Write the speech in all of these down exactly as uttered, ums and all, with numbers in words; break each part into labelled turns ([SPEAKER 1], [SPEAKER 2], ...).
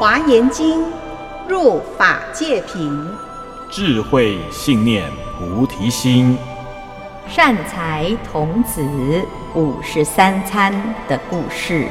[SPEAKER 1] 华严经，入法界品，
[SPEAKER 2] 智慧信念菩提心，
[SPEAKER 3] 善财童子五十三参的故事。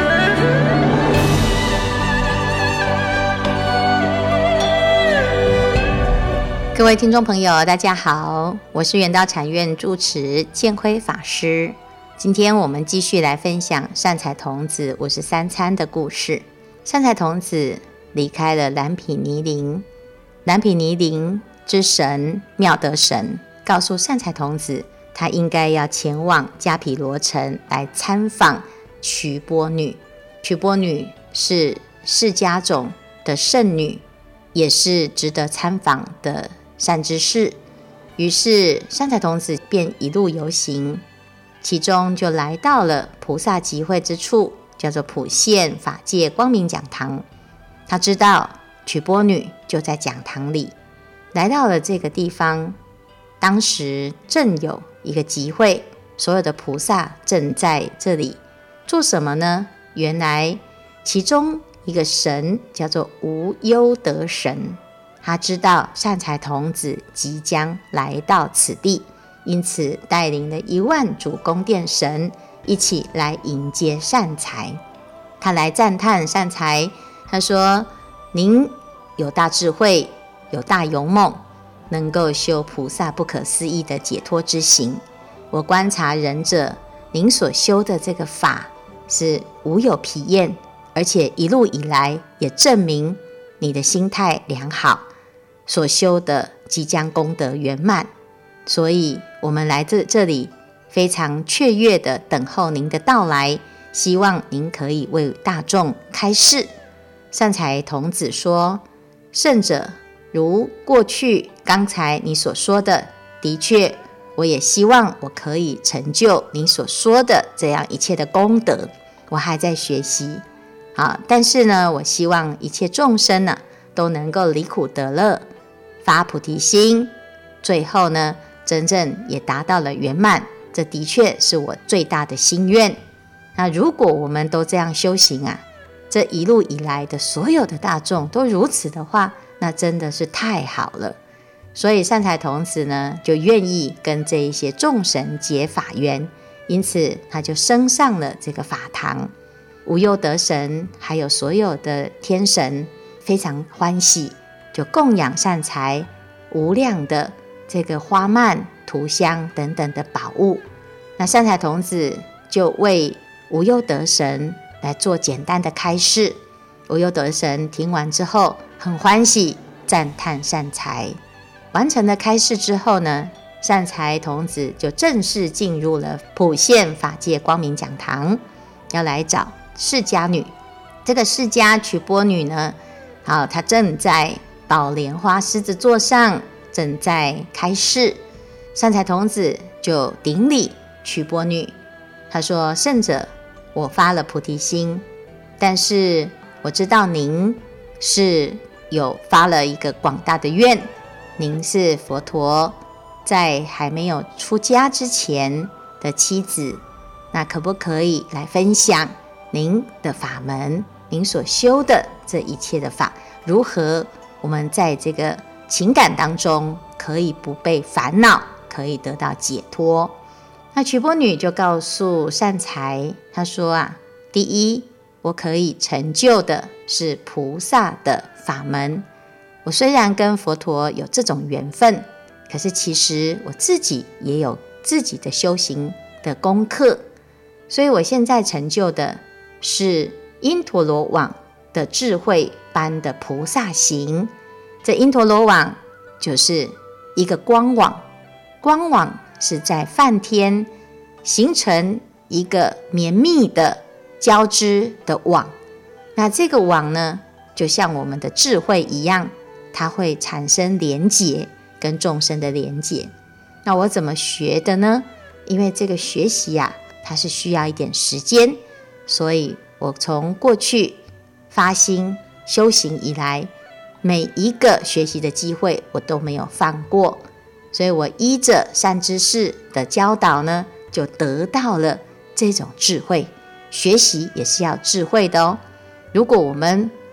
[SPEAKER 3] 各位听众朋友，大家好，我是圆道禅院住持建辉法师。今天我们继续来分享善财童子五十三参的故事。善财童子离开了蓝毗尼林，蓝毗尼林之神妙德神告诉善财童子，他应该要前往迦毗罗城来参访瞿波女。瞿波女是释迦种的圣女，也是值得参访的善知识。于是善财童子便一路游行，其中就来到了菩萨集会之处，叫做普现法界光明讲堂。他知道瞿波女就在讲堂里，来到了这个地方。当时正有一个集会，所有的菩萨正在这里做什么呢？原来其中一个神叫做无忧德神，他知道善财童子即将来到此地，因此带领了一万主宫殿神一起来迎接善财。他来赞叹善财，他说：您有大智慧，有大勇猛，能够修菩萨不可思议的解脱之行。我观察仁者，您所修的这个法是无有疲厌，而且一路以来也证明你的心态良好，所修的即将功德圆满。所以我们来这这里非常雀跃的等候您的到来，希望您可以为大众开示。善财童子说：圣者，如过去刚才你所说的，的确我也希望我可以成就你所说的这样一切的功德，我还在学习好，但是呢，我希望一切众生呢都能够离苦得乐，发菩提心，最后呢真正也达到了圆满，这的确是我最大的心愿。那如果我们都这样修行啊，这一路以来的所有的大众都如此的话，那真的是太好了。所以善财童子呢就愿意跟这一些众神结法缘，因此他就升上了这个法堂。无忧德神还有所有的天神非常欢喜，就供养善财无量的这个花蔓涂香等等的宝物。那善财童子就为无忧德神来做简单的开示。无忧德神听完之后很欢喜，赞叹善财。完成了开示之后呢，善财童子就正式进入了普现法界光明讲堂，要来找释迦女。这个释迦瞿波女呢，好，她正在宝莲花狮子座上，正在开示。善财童子就顶礼瞿波女，他说：圣者，我发了菩提心，但是我知道您是有发了一个广大的愿，您是佛陀在还没有出家之前的妻子，那可不可以来分享您的法门，您所修的这一切的法，如何我们在这个情感当中可以不被烦恼，可以得到解脱。那瞿波女就告诉善财，她说啊，第一，我可以成就的是菩萨的法门。我虽然跟佛陀有这种缘分，可是其实我自己也有自己的修行的功课，所以我现在成就的是因陀罗网的智慧般的菩萨行。这因陀罗网就是一个光网，光网是在梵天形成一个绵密的交织的网。那这个网呢，就像我们的智慧一样，它会产生连结，跟众生的连结。那我怎么学的呢？因为这个学习啊，它是需要一点时间，所以我从过去发心修行以来，每一个学习的机会我都没有放过，所以我依着善知识的教导呢，就得到了这种智慧。学习也是要智慧的哦。如果我们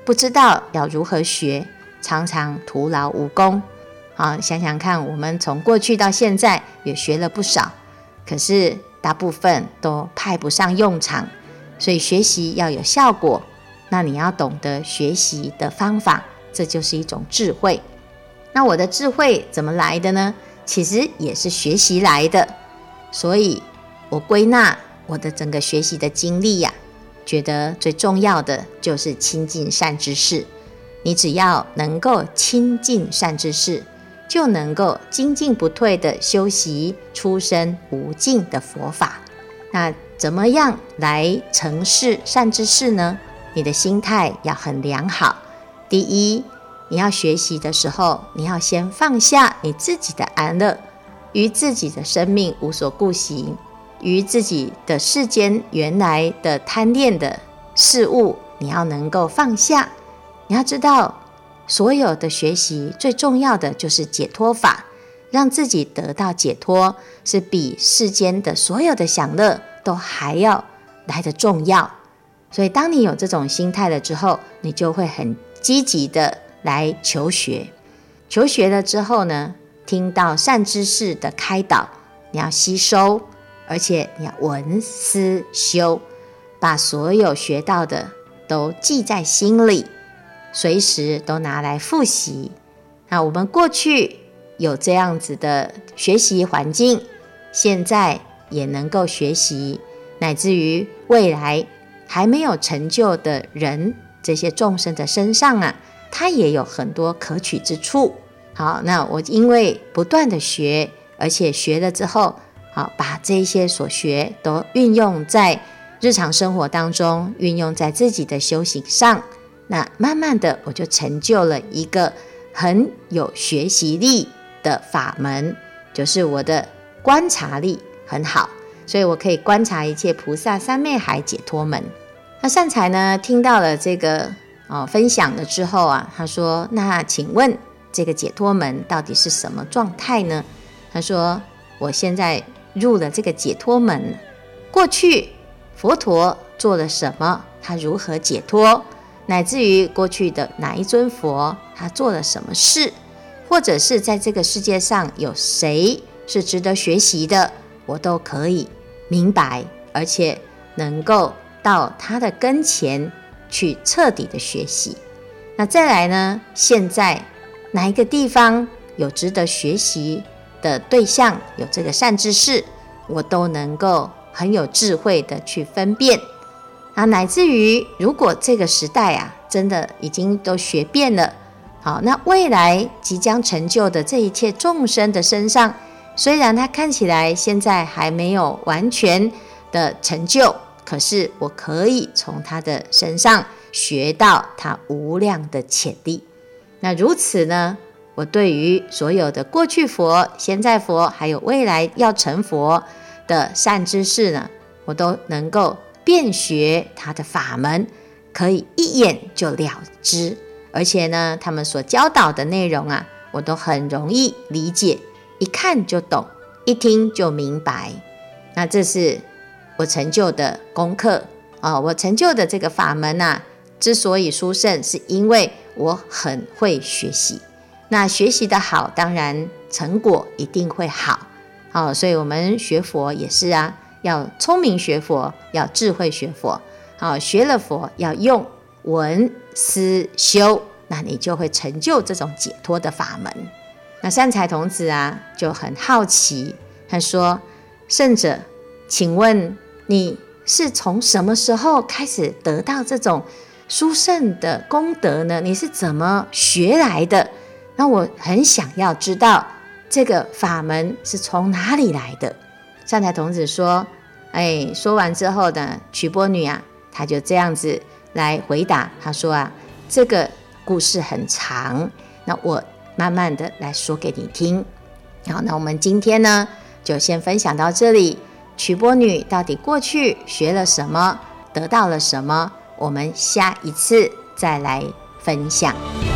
[SPEAKER 3] 不知道要如何学，常常徒劳无功。好，想想看，我们从过去到现在也学了不少，可是大部分都派不上用场。所以学习要有效果，那你要懂得学习的方法，这就是一种智慧。那我的智慧怎么来的呢？其实也是学习来的。所以我归纳我的整个学习的经历呀、啊，觉得最重要的就是亲近善知识。你只要能够亲近善知识，就能够精进不退的修习出生无尽的佛法。那怎么样来承事善知识呢？你的心态要很良好。第一，你要学习的时候，你要先放下你自己的安乐，于自己的生命无所顾惜，于自己的世间原来的贪恋的事物，你要能够放下。你要知道，所有的学习最重要的就是解脱法，让自己得到解脱，是比世间的所有的享乐都还要来得重要。所以当你有这种心态了之后，你就会很积极的来求学。求学了之后呢，听到善知识的开导，你要吸收，而且你要闻思修，把所有学到的都记在心里，随时都拿来复习。那我们过去有这样子的学习环境，现在也能够学习，乃至于未来还没有成就的人，这些众生的身上啊，他也有很多可取之处。好，那我因为不断的学，而且学了之后，好，把这些所学都运用在日常生活当中，运用在自己的修行上，那慢慢的我就成就了一个很有学习力的法门，就是我的观察力很好，所以我可以观察一切菩萨三昧海解脱门。那善财呢，听到了这个、哦、分享了之后啊，他说，那请问这个解脱门到底是什么状态呢？他说，我现在入了这个解脱门，过去佛陀做了什么，他如何解脱，乃至于过去的哪一尊佛他做了什么事，或者是在这个世界上有谁是值得学习的，我都可以明白，而且能够到他的跟前去彻底的学习。那再来呢，现在哪一个地方有值得学习的对象，有这个善知识，我都能够很有智慧的去分辨。啊，乃至于如果这个时代啊，真的已经都学遍了，好，那未来即将成就的这一切众生的身上，虽然他看起来现在还没有完全的成就，可是我可以从他的身上学到他无量的潜力。那如此呢，我对于所有的过去佛、现在佛，还有未来要成佛的善知识呢，我都能够遍学他的法门，可以一眼就了之。而且呢，他们所教导的内容啊，我都很容易理解，一看就懂，一听就明白。那这是我成就的功课、哦、我成就的这个法门啊，之所以殊胜，是因为我很会学习。那学习的好，当然成果一定会好、哦、所以我们学佛也是啊，要聪明学佛，要智慧学佛、哦、学了佛要用闻思修，那你就会成就这种解脱的法门。那善财童子啊就很好奇，他说，圣者，请问你是从什么时候开始得到这种殊胜的功德呢？你是怎么学来的？那我很想要知道这个法门是从哪里来的。善财童子说，哎，说完之后呢，瞿波女啊，她就这样子来回答，她说啊，这个故事很长，那我慢慢的来说给你听。好，那我们今天呢，就先分享到这里。瞿波女到底过去学了什么，得到了什么，我们下一次再来分享。